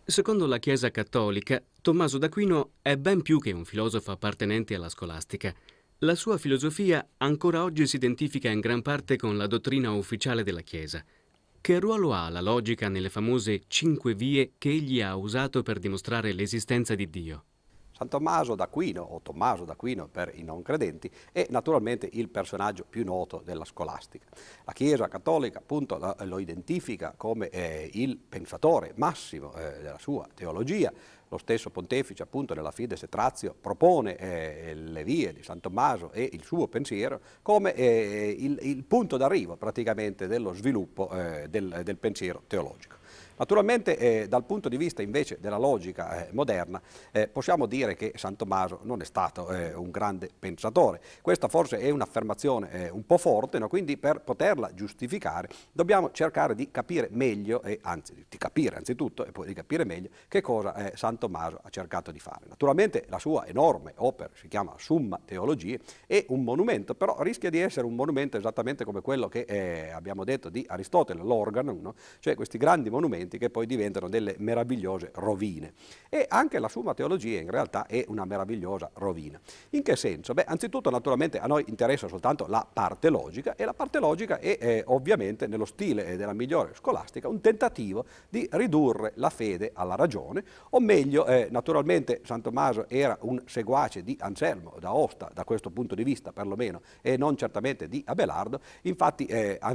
Secondo la Chiesa cattolica, Tommaso d'Aquino è ben più che un filosofo appartenente alla scolastica. La sua filosofia ancora oggi si identifica in gran parte con la dottrina ufficiale della Chiesa. Che ruolo ha la logica nelle famose 5 vie che egli ha usato per dimostrare l'esistenza di Dio? San Tommaso d'Aquino, o Tommaso d'Aquino per i non credenti, è naturalmente il personaggio più noto della scolastica. La Chiesa cattolica appunto lo identifica come il pensatore massimo della sua teologia. Lo stesso pontefice appunto nella Fides et Ratio propone le vie di San Tommaso e il suo pensiero come il punto d'arrivo praticamente dello sviluppo del pensiero teologico. Naturalmente dal punto di vista invece della logica moderna possiamo dire che San Tommaso non è stato un grande pensatore. Questa forse è un'affermazione un po' forte, no? Quindi per poterla giustificare dobbiamo cercare di capire meglio, e anzi di capire anzitutto e poi di capire meglio che cosa San Tommaso ha cercato di fare. Naturalmente la sua enorme opera, si chiama Summa Theologiae, è un monumento, però rischia di essere un monumento esattamente come quello che abbiamo detto di Aristotele, l'Organon, no? Cioè questi grandi monumenti che poi diventano delle meravigliose rovine. E anche la Summa Theologiae in realtà è una meravigliosa rovina. In che senso? Beh, anzitutto naturalmente a noi interessa soltanto la parte logica, e la parte logica è ovviamente nello stile della migliore scolastica un tentativo di ridurre la fede alla ragione, o meglio, naturalmente San Tommaso era un seguace di Anselmo d'Aosta da questo punto di vista perlomeno, e non certamente di Abelardo. Infatti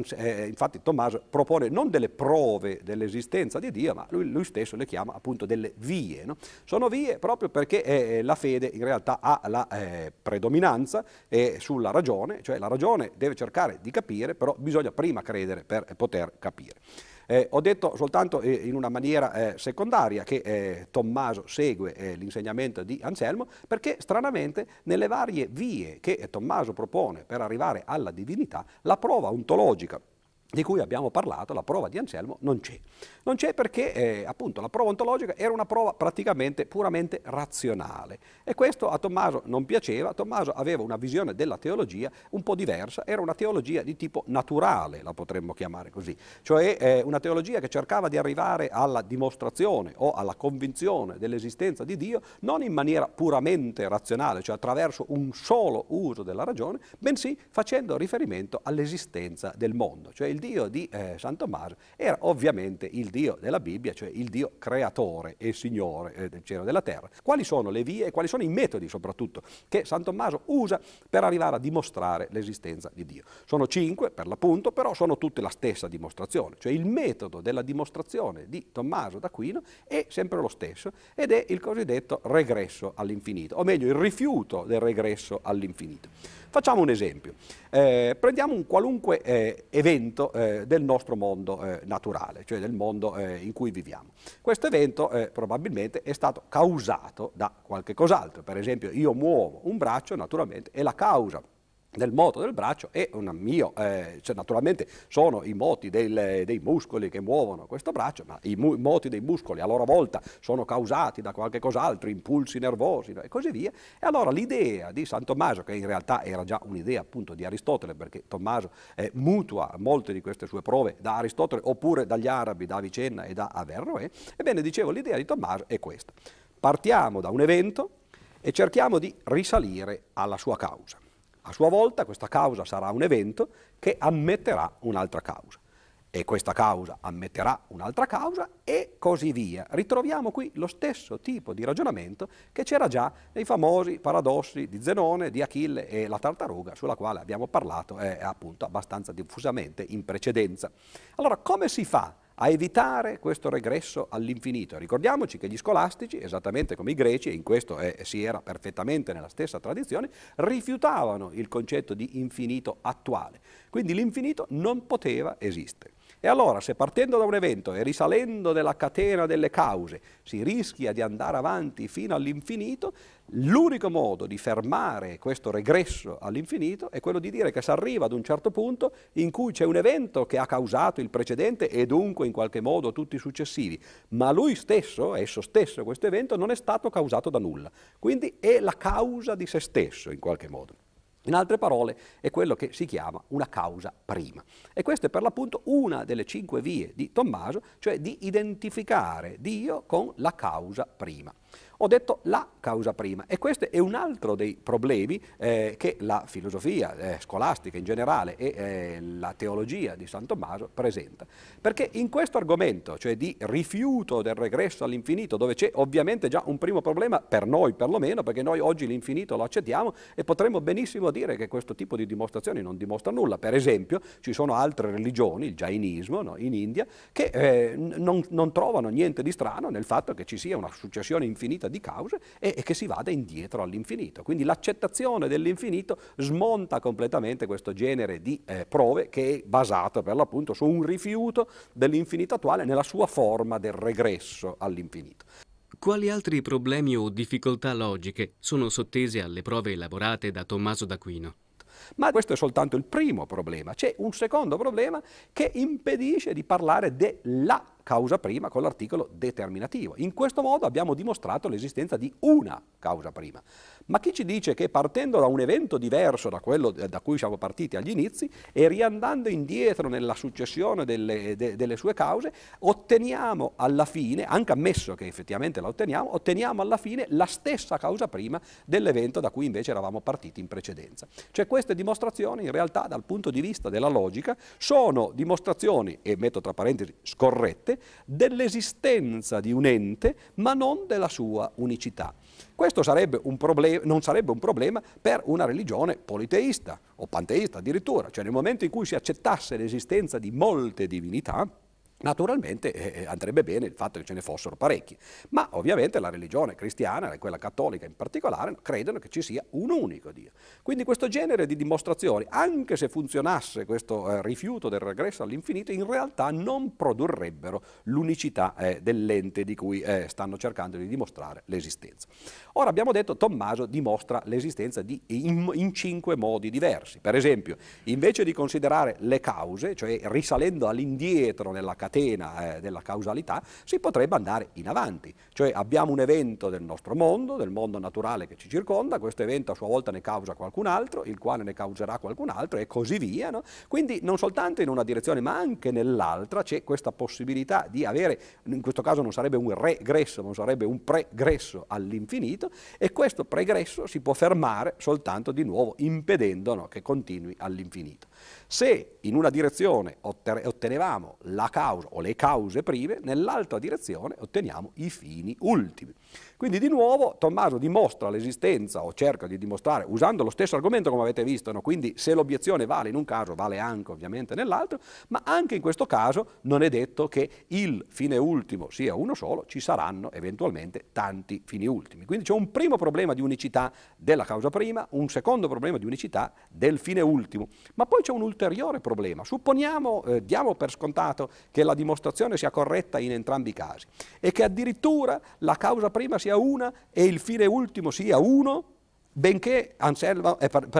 Tommaso propone non delle prove dell'esistenza di Dio, ma lui stesso le chiama appunto delle vie. No? Sono vie proprio perché la fede in realtà ha la predominanza sulla ragione, cioè la ragione deve cercare di capire, però bisogna prima credere per poter capire. Ho detto soltanto in una maniera secondaria che Tommaso segue l'insegnamento di Anselmo, perché stranamente nelle varie vie che Tommaso propone per arrivare alla divinità, la prova ontologica di cui abbiamo parlato, la prova di Anselmo, non c'è. Non c'è perché appunto la prova ontologica era una prova praticamente puramente razionale, e questo a Tommaso non piaceva. Tommaso aveva una visione della teologia un po' diversa, era una teologia di tipo naturale, la potremmo chiamare così, cioè una teologia che cercava di arrivare alla dimostrazione o alla convinzione dell'esistenza di Dio non in maniera puramente razionale, cioè attraverso un solo uso della ragione, bensì facendo riferimento all'esistenza del mondo, cioè il Dio di San Tommaso era ovviamente il Dio della Bibbia, cioè il Dio creatore e Signore del cielo e della terra. Quali sono le vie e quali sono i metodi soprattutto che San Tommaso usa per arrivare a dimostrare l'esistenza di Dio? Sono 5 per l'appunto, però sono tutte la stessa dimostrazione, cioè il metodo della dimostrazione di Tommaso d'Aquino è sempre lo stesso, ed è il cosiddetto regresso all'infinito, o meglio il rifiuto del regresso all'infinito. Facciamo un esempio. Prendiamo un qualunque evento del nostro mondo naturale, cioè del mondo in cui viviamo. Questo evento probabilmente è stato causato da qualche cos'altro. Per esempio, io muovo un braccio, naturalmente, e la causa del moto del braccio è un mio, cioè naturalmente sono i moti dei muscoli che muovono questo braccio, ma i moti dei muscoli a loro volta sono causati da qualche cos'altro, impulsi nervosi, no? E così via. E allora l'idea di San Tommaso, che in realtà era già un'idea appunto di Aristotele, perché Tommaso mutua molte di queste sue prove da Aristotele oppure dagli arabi, da Avicenna e da Averroè, ebbene dicevo l'idea di Tommaso è questa: partiamo da un evento e cerchiamo di risalire alla sua causa. A sua volta questa causa sarà un evento che ammetterà un'altra causa, e questa causa ammetterà un'altra causa, e così via. Ritroviamo qui lo stesso tipo di ragionamento che c'era già nei famosi paradossi di Zenone, di Achille e la tartaruga, sulla quale abbiamo parlato appunto abbastanza diffusamente in precedenza. Allora, come si fa a evitare questo regresso all'infinito? Ricordiamoci che gli scolastici, esattamente come i greci, e in questo si era perfettamente nella stessa tradizione, rifiutavano il concetto di infinito attuale. Quindi l'infinito non poteva esistere. E allora, se partendo da un evento e risalendo nella catena delle cause si rischia di andare avanti fino all'infinito, l'unico modo di fermare questo regresso all'infinito è quello di dire che si arriva ad un certo punto in cui c'è un evento che ha causato il precedente e dunque in qualche modo tutti i successivi, ma lui stesso, esso stesso, questo evento non è stato causato da nulla, quindi è la causa di se stesso in qualche modo. In altre parole, è quello che si chiama una causa prima. E questa è per l'appunto una delle 5 vie di Tommaso, cioè di identificare Dio con la causa prima. Ho detto la causa prima, e questo è un altro dei problemi che la filosofia scolastica in generale e la teologia di San Tommaso presenta. Perché in questo argomento, cioè di rifiuto del regresso all'infinito, dove c'è ovviamente già un primo problema, per noi perlomeno, perché noi oggi l'infinito lo accettiamo e potremmo benissimo dire che questo tipo di dimostrazioni non dimostra nulla. Per esempio, ci sono altre religioni, il Jainismo, no, in India, che non trovano niente di strano nel fatto che ci sia una successione infinita di cause e che si vada indietro all'infinito. Quindi l'accettazione dell'infinito smonta completamente questo genere di prove, che è basato per l'appunto su un rifiuto dell'infinito attuale nella sua forma del regresso all'infinito. Quali altri problemi o difficoltà logiche sono sottese alle prove elaborate da Tommaso d'Aquino? Ma questo è soltanto il primo problema. C'è un secondo problema che impedisce di parlare della causa prima con l'articolo determinativo. In questo modo abbiamo dimostrato l'esistenza di una causa prima. Ma chi ci dice che partendo da un evento diverso da quello da cui siamo partiti agli inizi e riandando indietro nella successione delle sue cause, otteniamo alla fine, anche ammesso che effettivamente la otteniamo alla fine la stessa causa prima dell'evento da cui invece eravamo partiti in precedenza. Cioè queste dimostrazioni in realtà dal punto di vista della logica sono dimostrazioni, e metto tra parentesi scorrette, dell'esistenza di un ente ma non della sua unicità. Questo non sarebbe un problema per una religione politeista o panteista addirittura, cioè nel momento in cui si accettasse l'esistenza di molte divinità, naturalmente andrebbe bene il fatto che ce ne fossero parecchi, ma ovviamente la religione cristiana e quella cattolica in particolare credono che ci sia un unico Dio. Quindi questo genere di dimostrazioni, anche se funzionasse questo rifiuto del regresso all'infinito, in realtà non produrrebbero l'unicità dell'ente di cui stanno cercando di dimostrare l'esistenza. Ora abbiamo detto Tommaso dimostra l'esistenza in 5 modi diversi. Per esempio, invece di considerare le cause, cioè risalendo all'indietro nella catena della causalità, si potrebbe andare in avanti, cioè abbiamo un evento del nostro mondo, del mondo naturale che ci circonda, questo evento a sua volta ne causa qualcun altro, il quale ne causerà qualcun altro e così via, no? Quindi non soltanto in una direzione ma anche nell'altra c'è questa possibilità di avere, in questo caso non sarebbe un regresso ma sarebbe un pregresso all'infinito, e questo pregresso si può fermare soltanto di nuovo impedendo, no, che continui all'infinito. Se in una direzione ottenevamo la causa o le cause prime, nell'altra direzione otteniamo i fini ultimi. Quindi di nuovo Tommaso dimostra l'esistenza, o cerca di dimostrare, usando lo stesso argomento come avete visto, no? Quindi se l'obiezione vale in un caso, vale anche ovviamente nell'altro, ma anche in questo caso non è detto che il fine ultimo sia uno solo, ci saranno eventualmente tanti fini ultimi. Quindi c'è un primo problema di unicità della causa prima, un secondo problema di unicità del fine ultimo, ma poi c'è un ulteriore problema. Supponiamo, diamo per scontato che la dimostrazione sia corretta in entrambi i casi e che addirittura la causa prima sia una e il fine ultimo sia uno, benché Anselmo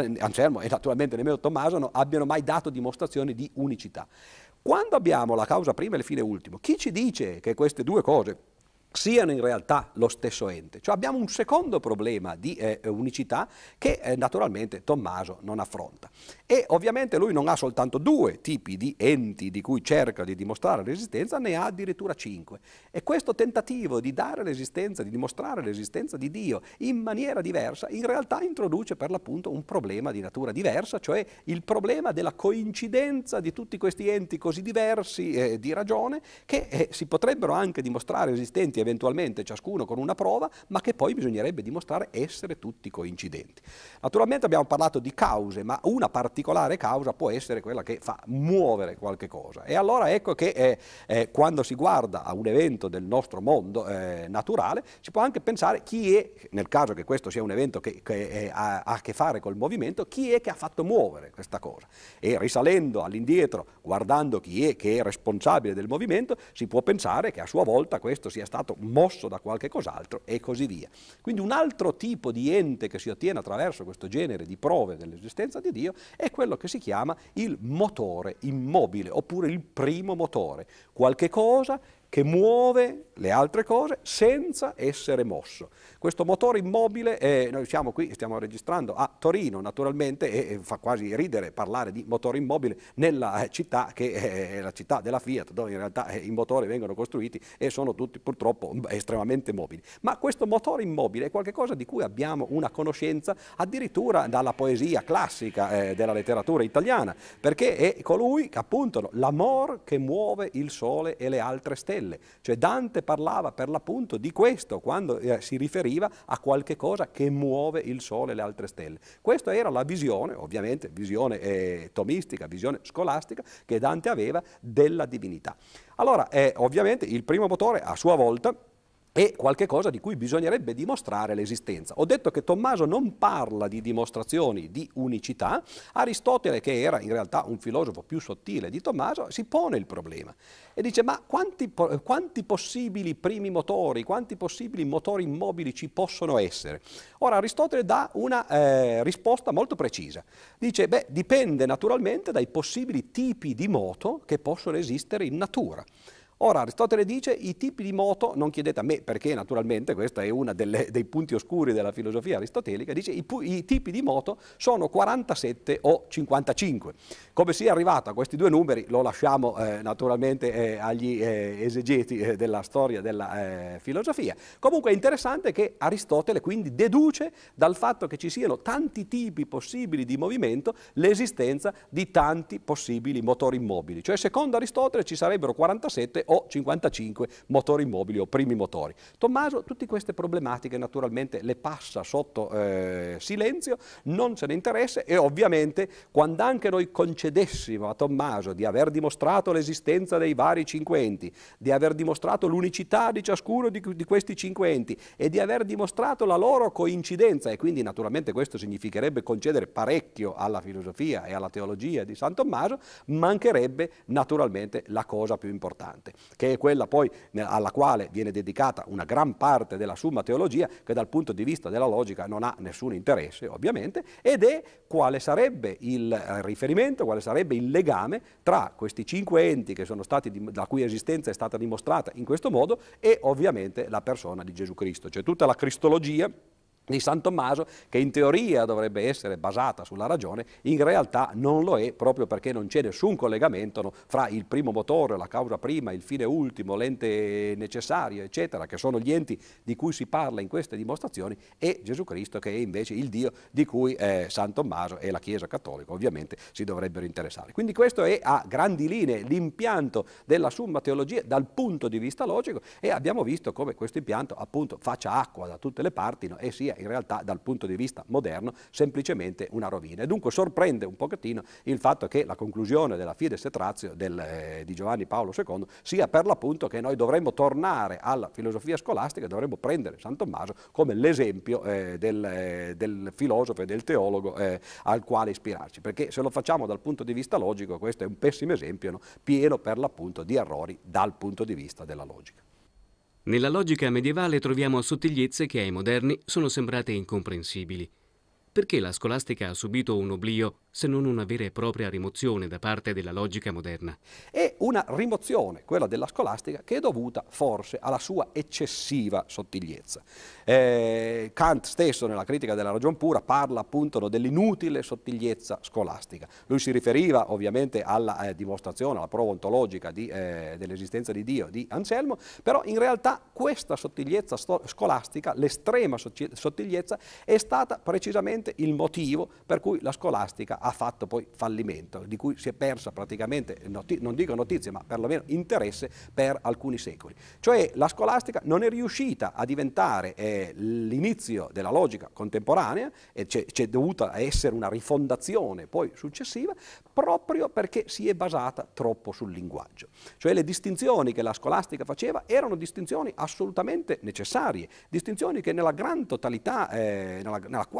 e naturalmente nemmeno Tommaso non abbiano mai dato dimostrazioni di unicità. Quando abbiamo la causa prima e il fine ultimo, chi ci dice che queste due cose siano in realtà lo stesso ente? Cioè abbiamo un secondo problema di unicità che naturalmente Tommaso non affronta. E ovviamente lui non ha soltanto 2 tipi di enti di cui cerca di dimostrare l'esistenza, ne ha addirittura 5. E questo tentativo di dare l'esistenza, di dimostrare l'esistenza di Dio in maniera diversa, in realtà introduce per l'appunto un problema di natura diversa, cioè il problema della coincidenza di tutti questi enti così diversi di ragione, che si potrebbero anche dimostrare esistenti eventualmente ciascuno con una prova, ma che poi bisognerebbe dimostrare essere tutti coincidenti. Naturalmente abbiamo parlato di cause, ma una particolare causa può essere quella che fa muovere qualche cosa. E allora ecco che quando si guarda a un evento del nostro mondo naturale, si può anche pensare chi è, nel caso che questo sia un evento che ha a che fare col movimento, chi è che ha fatto muovere questa cosa. E risalendo all'indietro, guardando chi è che è responsabile del movimento, si può pensare che a sua volta questo sia stato mosso da qualche cos'altro e così via. Quindi un altro tipo di ente che si ottiene attraverso questo genere di prove dell'esistenza di Dio è quello che si chiama il motore immobile, oppure il primo motore, qualche cosa che muove le altre cose senza essere mosso. Questo motore immobile, noi siamo qui, stiamo registrando a Torino naturalmente, e fa quasi ridere parlare di motore immobile nella città che è la città della Fiat, dove in realtà i motori vengono costruiti e sono tutti purtroppo estremamente mobili. Ma questo motore immobile è qualcosa di cui abbiamo una conoscenza addirittura dalla poesia classica della letteratura italiana, perché è colui che appunto l'amor che muove il sole e le altre stelle. Cioè Dante parlava per l'appunto di questo quando si riferiva a qualche cosa che muove il sole e le altre stelle. Questa era la visione, ovviamente visione tomistica, visione scolastica che Dante aveva della divinità. Allora, ovviamente il primo motore a sua volta è qualche cosa di cui bisognerebbe dimostrare l'esistenza. Ho detto che Tommaso non parla di dimostrazioni di unicità. Aristotele, che era in realtà un filosofo più sottile di Tommaso, si pone il problema e dice: ma quanti possibili primi motori, quanti possibili motori immobili ci possono essere? Ora Aristotele dà una risposta molto precisa. Dice: beh, dipende naturalmente dai possibili tipi di moto che possono esistere in natura. Ora Aristotele dice: i tipi di moto, non chiedete a me perché naturalmente questo è uno dei punti oscuri della filosofia aristotelica, dice i tipi di moto sono 47 o 55. Come sia arrivato a questi due numeri lo lasciamo naturalmente agli esegeti della storia della filosofia. Comunque è interessante che Aristotele quindi deduce dal fatto che ci siano tanti tipi possibili di movimento l'esistenza di tanti possibili motori immobili. Cioè secondo Aristotele ci sarebbero 47 o 55 motori immobili o primi motori. Tommaso tutte queste problematiche naturalmente le passa sotto silenzio, non se ne interessa, e ovviamente quando anche noi concedessimo a Tommaso di aver dimostrato l'esistenza dei vari cinquenti, di aver dimostrato l'unicità di ciascuno di questi cinquenti e di aver dimostrato la loro coincidenza, e quindi naturalmente questo significherebbe concedere parecchio alla filosofia e alla teologia di San Tommaso, mancherebbe naturalmente la cosa più importante, che è quella poi alla quale viene dedicata una gran parte della Summa Teologia, che dal punto di vista della logica non ha nessun interesse ovviamente, ed è quale sarebbe il riferimento, quale sarebbe il legame tra questi cinque enti che sono stati, la cui esistenza è stata dimostrata in questo modo, e ovviamente la persona di Gesù Cristo, cioè tutta la cristologia di San Tommaso, che in teoria dovrebbe essere basata sulla ragione, in realtà non lo è, proprio perché non c'è nessun collegamento fra il primo motore, la causa prima, il fine ultimo, l'ente necessario, eccetera, che sono gli enti di cui si parla in queste dimostrazioni, e Gesù Cristo, che è invece il Dio di cui San Tommaso e la Chiesa cattolica ovviamente si dovrebbero interessare. Quindi questo è a grandi linee l'impianto della Summa Teologia dal punto di vista logico, e abbiamo visto come questo impianto appunto faccia acqua da tutte le parti, no? E sia in realtà dal punto di vista moderno semplicemente una rovina. E dunque sorprende un pochettino il fatto che la conclusione della Fides et Ratio di Giovanni Paolo II sia per l'appunto che noi dovremmo tornare alla filosofia scolastica, dovremmo prendere San Tommaso come l'esempio del filosofo e del teologo al quale ispirarci, perché se lo facciamo dal punto di vista logico questo è un pessimo esempio, no? Pieno per l'appunto di errori dal punto di vista della logica. Nella logica medievale troviamo sottigliezze che ai moderni sono sembrate incomprensibili. Perché la scolastica ha subito un oblio se non una vera e propria rimozione da parte della logica moderna? È una rimozione, quella della scolastica, che è dovuta forse alla sua eccessiva sottigliezza. Kant stesso nella Critica della ragion pura parla appunto dell'inutile sottigliezza scolastica. Lui si riferiva ovviamente alla dimostrazione, alla prova ontologica dell'esistenza di Dio di Anselmo, però in realtà questa sottigliezza scolastica, l'estrema sottigliezza, è stata precisamente il motivo per cui la scolastica ha fatto poi fallimento, di cui si è persa praticamente, non dico notizie, ma perlomeno interesse per alcuni secoli. Cioè la scolastica non è riuscita a diventare l'inizio della logica contemporanea, e c'è dovuta essere una rifondazione poi successiva, proprio perché si è basata troppo sul linguaggio. Cioè le distinzioni che la scolastica faceva erano distinzioni assolutamente necessarie, distinzioni che nella gran totalità, nella quasi totalità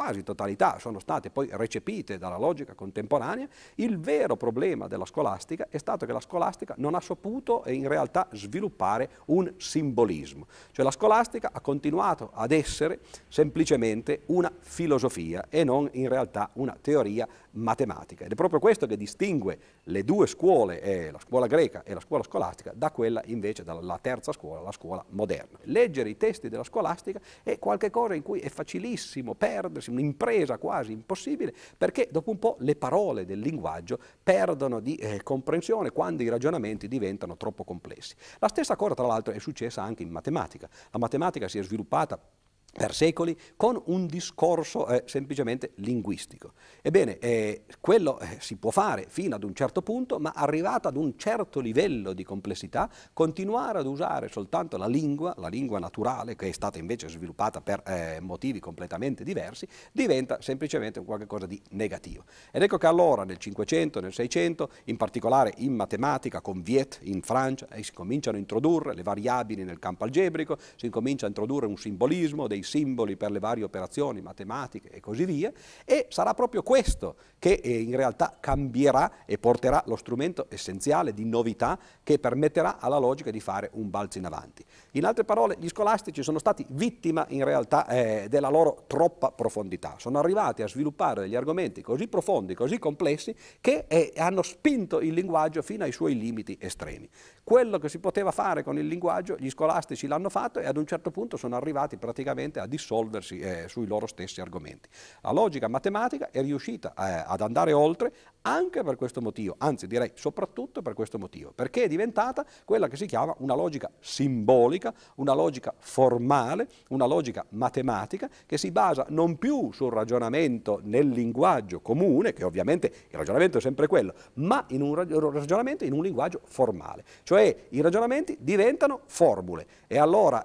funzionalità sono state poi recepite dalla logica contemporanea, il vero problema della scolastica è stato che la scolastica non ha saputo in realtà sviluppare un simbolismo. Cioè la scolastica ha continuato ad essere semplicemente una filosofia e non in realtà una teoria matematica. Ed è proprio questo che distingue le due scuole, la scuola greca e la scuola scolastica, da quella invece dalla terza scuola, la scuola moderna. Leggere i testi della scolastica è qualcosa in cui è facilissimo perdersi, un'impresa quasi impossibile, perché dopo un po' le parole del linguaggio perdono di comprensione quando i ragionamenti diventano troppo complessi. La stessa cosa tra l'altro è successa anche in matematica. La matematica si è sviluppata per secoli con un discorso semplicemente linguistico. Ebbene, quello si può fare fino ad un certo punto, ma arrivato ad un certo livello di complessità, continuare ad usare soltanto la lingua naturale, che è stata invece sviluppata per motivi completamente diversi, diventa semplicemente qualcosa di negativo. Ed ecco che allora nel 500, nel 600, in particolare in matematica con Viet in Francia, si cominciano a introdurre le variabili nel campo algebrico, si comincia a introdurre un simbolismo, dei simboli per le varie operazioni matematiche e così via, e sarà proprio questo che in realtà cambierà e porterà lo strumento essenziale di novità che permetterà alla logica di fare un balzo in avanti. In altre parole, gli scolastici sono stati vittima in realtà della loro troppa profondità, sono arrivati a sviluppare degli argomenti così profondi, così complessi, che hanno spinto il linguaggio fino ai suoi limiti estremi. Quello che si poteva fare con il linguaggio, gli scolastici l'hanno fatto e ad un certo punto sono arrivati praticamente a dissolversi sui loro stessi argomenti. La logica matematica è riuscita ad andare oltre anche per questo motivo, anzi direi soprattutto per questo motivo, perché è diventata quella che si chiama una logica simbolica, una logica formale, una logica matematica che si basa non più sul ragionamento nel linguaggio comune, che ovviamente il ragionamento è sempre quello, ma in un ragionamento in un linguaggio formale, cioè i ragionamenti diventano formule e allora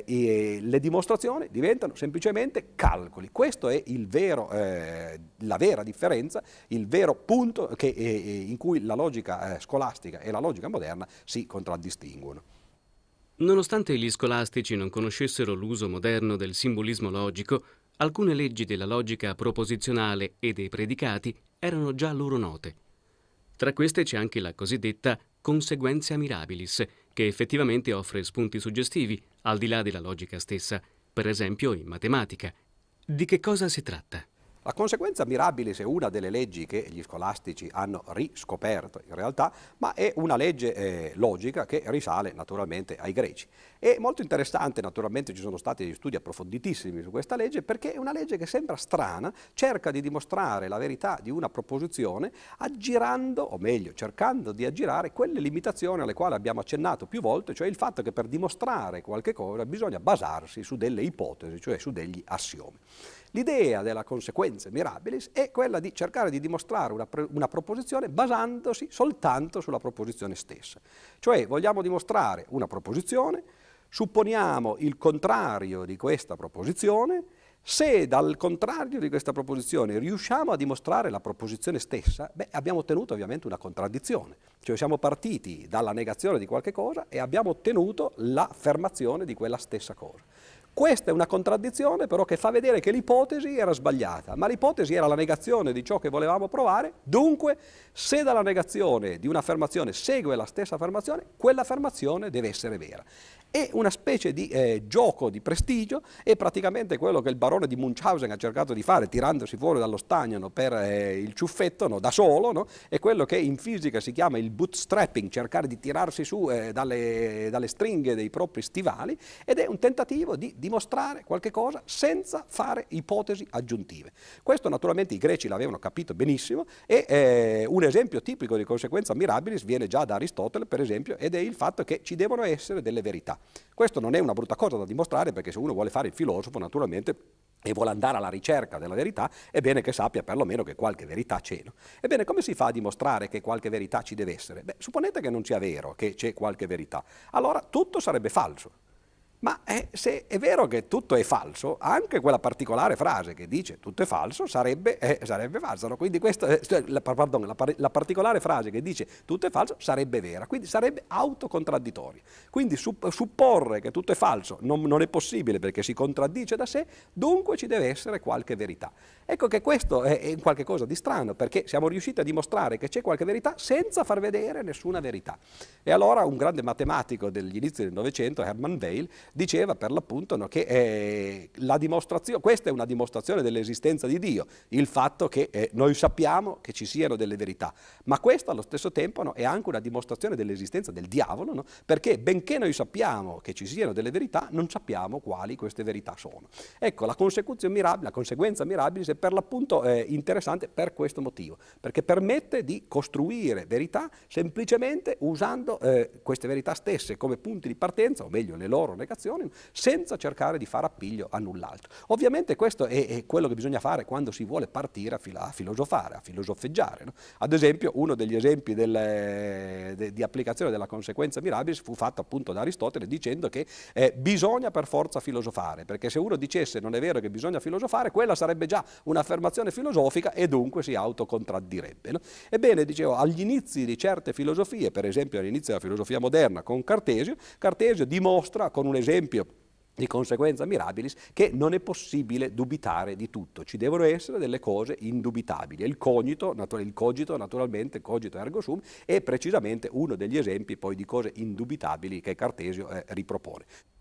le dimostrazioni diventano semplicemente calcoli. Questo è il vero, la vera differenza, il vero punto in cui la logica scolastica e la logica moderna si contraddistinguono. Nonostante gli scolastici non conoscessero l'uso moderno del simbolismo logico, alcune leggi della logica proposizionale e dei predicati erano già loro note. Tra queste c'è anche la cosiddetta conseguentia mirabilis, che effettivamente offre spunti suggestivi, al di là della logica stessa, per esempio in matematica. Di che cosa si tratta? La conseguenza mirabilis è una delle leggi che gli scolastici hanno riscoperto in realtà, ma è una legge logica che risale naturalmente ai greci. È molto interessante, naturalmente ci sono stati degli studi approfonditissimi su questa legge, perché è una legge che sembra strana, cerca di dimostrare la verità di una proposizione aggirando, o meglio cercando di aggirare quelle limitazioni alle quali abbiamo accennato più volte, cioè il fatto che per dimostrare qualche cosa bisogna basarsi su delle ipotesi, cioè su degli assiomi. L'idea della consequenza mirabilis è quella di cercare di dimostrare una proposizione basandosi soltanto sulla proposizione stessa. Cioè vogliamo dimostrare una proposizione, supponiamo il contrario di questa proposizione, se dal contrario di questa proposizione riusciamo a dimostrare la proposizione stessa, abbiamo ottenuto ovviamente una contraddizione. Cioè siamo partiti dalla negazione di qualche cosa e abbiamo ottenuto l'affermazione di quella stessa cosa. Questa è una contraddizione però che fa vedere che l'ipotesi era sbagliata, ma l'ipotesi era la negazione di ciò che volevamo provare, dunque se dalla negazione di un'affermazione segue la stessa affermazione, quell'affermazione deve essere vera. È una specie di gioco di prestigio, è praticamente quello che il barone di Munchausen ha cercato di fare tirandosi fuori dallo stagno per il ciuffetto da solo, è quello che in fisica si chiama il bootstrapping, cercare di tirarsi su dalle stringhe dei propri stivali, ed è un tentativo di dimostrare qualche cosa senza fare ipotesi aggiuntive. Questo naturalmente i greci l'avevano capito benissimo e un esempio tipico di conseguenza mirabilis viene già da Aristotele, per esempio, ed è il fatto che ci devono essere delle verità. Questo non è una brutta cosa da dimostrare, perché se uno vuole fare il filosofo naturalmente e vuole andare alla ricerca della verità, è bene che sappia perlomeno che qualche verità c'è. Ebbene, come si fa a dimostrare che qualche verità ci deve essere? Supponete che non sia vero che c'è qualche verità, allora tutto sarebbe falso. Ma se è vero che tutto è falso, anche quella particolare frase che dice tutto è falso sarebbe falsa. No? Quindi la particolare frase che dice tutto è falso sarebbe vera, quindi sarebbe autocontradittoria. Quindi supporre che tutto è falso non è possibile perché si contraddice da sé, dunque ci deve essere qualche verità. Ecco che questo è qualche cosa di strano, perché siamo riusciti a dimostrare che c'è qualche verità senza far vedere nessuna verità. E allora un grande matematico degli inizi del Novecento, Hermann Weyl, diceva per l'appunto, no, che questa è una dimostrazione dell'esistenza di Dio, il fatto che noi sappiamo che ci siano delle verità, ma questo allo stesso tempo, no, è anche una dimostrazione dell'esistenza del diavolo, no, perché benché noi sappiamo che ci siano delle verità, non sappiamo quali queste verità sono. Ecco, la conseguenza mirabilis è per l'appunto interessante per questo motivo, perché permette di costruire verità semplicemente usando queste verità stesse come punti di partenza, o meglio le loro negazioni, senza cercare di fare appiglio a null'altro. Ovviamente questo è quello che bisogna fare quando si vuole partire a filosofare, a filosofeggiare. No? Ad esempio, uno degli esempi di applicazione della conseguenza mirabilis fu fatto appunto da Aristotele dicendo che bisogna per forza filosofare, perché se uno dicesse non è vero che bisogna filosofare, quella sarebbe già un'affermazione filosofica e dunque si autocontraddirebbe. No? Ebbene, dicevo, agli inizi di certe filosofie, per esempio all'inizio della filosofia moderna con Cartesio dimostra con un esempio di conseguenza mirabilis che non è possibile dubitare di tutto, ci devono essere delle cose indubitabili. Il cogito naturalmente, cogito ergo sum, è precisamente uno degli esempi poi di cose indubitabili che Cartesio ripropone.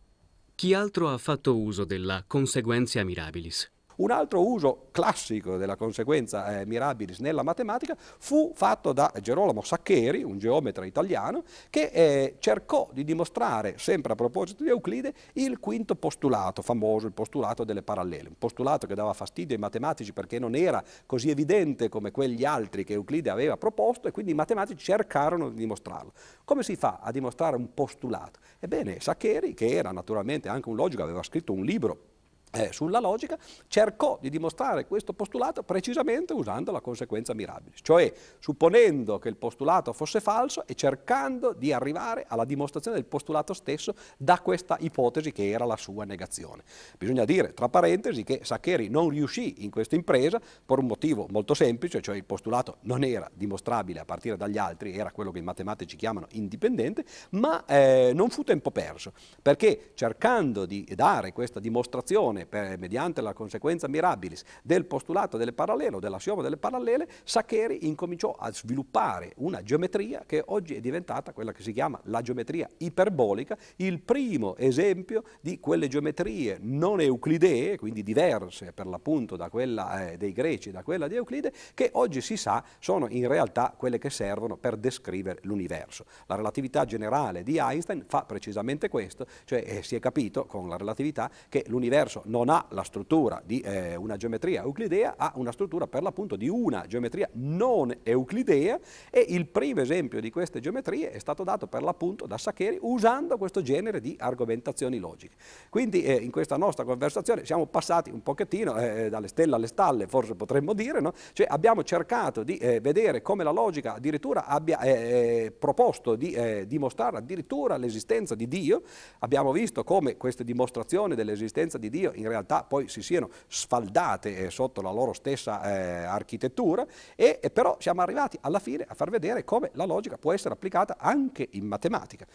Chi altro ha fatto uso della conseguentia mirabilis? Un altro uso classico della conseguenza mirabilis nella matematica fu fatto da Gerolamo Saccheri, un geometra italiano, che cercò di dimostrare, sempre a proposito di Euclide, il quinto postulato, famoso, il postulato delle parallele, un postulato che dava fastidio ai matematici perché non era così evidente come quegli altri che Euclide aveva proposto e quindi i matematici cercarono di dimostrarlo. Come si fa a dimostrare un postulato? Ebbene, Saccheri, che era naturalmente anche un logico, aveva scritto un libro sulla logica, cercò di dimostrare questo postulato precisamente usando la conseguenza mirabilis, cioè supponendo che il postulato fosse falso e cercando di arrivare alla dimostrazione del postulato stesso da questa ipotesi che era la sua negazione. Bisogna dire, tra parentesi, che Saccheri non riuscì in questa impresa per un motivo molto semplice, cioè il postulato non era dimostrabile a partire dagli altri, era quello che i matematici chiamano indipendente, ma non fu tempo perso, perché cercando di dare questa dimostrazione mediante la conseguenza mirabilis del postulato delle parallele o dell'assioma delle parallele, Saccheri incominciò a sviluppare una geometria che oggi è diventata quella che si chiama la geometria iperbolica, il primo esempio di quelle geometrie non euclidee, quindi diverse per l'appunto da quella dei greci e da quella di Euclide, che oggi si sa sono in realtà quelle che servono per descrivere l'universo. La relatività generale di Einstein fa precisamente questo, cioè si è capito con la relatività che l'universo non ha la struttura di una geometria euclidea, ha una struttura per l'appunto di una geometria non euclidea e il primo esempio di queste geometrie è stato dato per l'appunto da Saccheri usando questo genere di argomentazioni logiche. Quindi in questa nostra conversazione siamo passati un pochettino dalle stelle alle stalle, forse potremmo dire, no? Cioè abbiamo cercato di vedere come la logica addirittura abbia proposto di dimostrare addirittura l'esistenza di Dio, abbiamo visto come queste dimostrazioni dell'esistenza di Dio in realtà poi si siano sfaldate sotto la loro stessa architettura e però siamo arrivati alla fine a far vedere come la logica può essere applicata anche in matematica,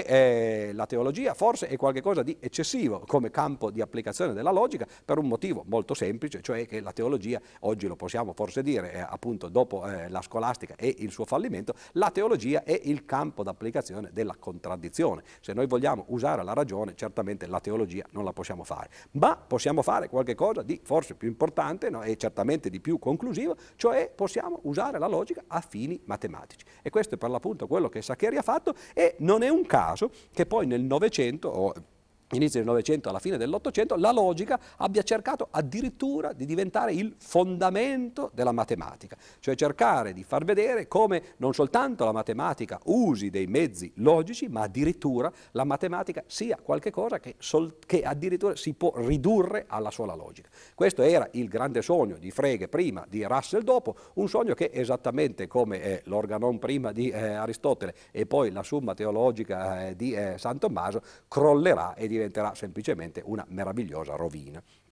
cioè la teologia forse è qualcosa di eccessivo come campo di applicazione della logica per un motivo molto semplice, cioè che la teologia, oggi lo possiamo forse dire appunto dopo la scolastica e il suo fallimento, la teologia è il campo d'applicazione della contraddizione. Se noi vogliamo usare la ragione, certamente la teologia non la possiamo fare, ma possiamo fare qualche cosa di forse più importante, no? E certamente di più conclusivo, cioè possiamo usare la logica a fini matematici. E questo è per l'appunto quello che Saccheri ha fatto e non è un caso che poi nel Novecento o inizio del Novecento alla fine dell'Ottocento, la logica abbia cercato addirittura di diventare il fondamento della matematica, cioè cercare di far vedere come non soltanto la matematica usi dei mezzi logici, ma addirittura la matematica sia qualche cosa che addirittura si può ridurre alla sola logica. Questo era il grande sogno di Frege prima, di Russell dopo, un sogno che esattamente come l'Organon prima di Aristotele e poi la Summa Teologica di San Tommaso crollerà e diventerà semplicemente una meravigliosa rovina.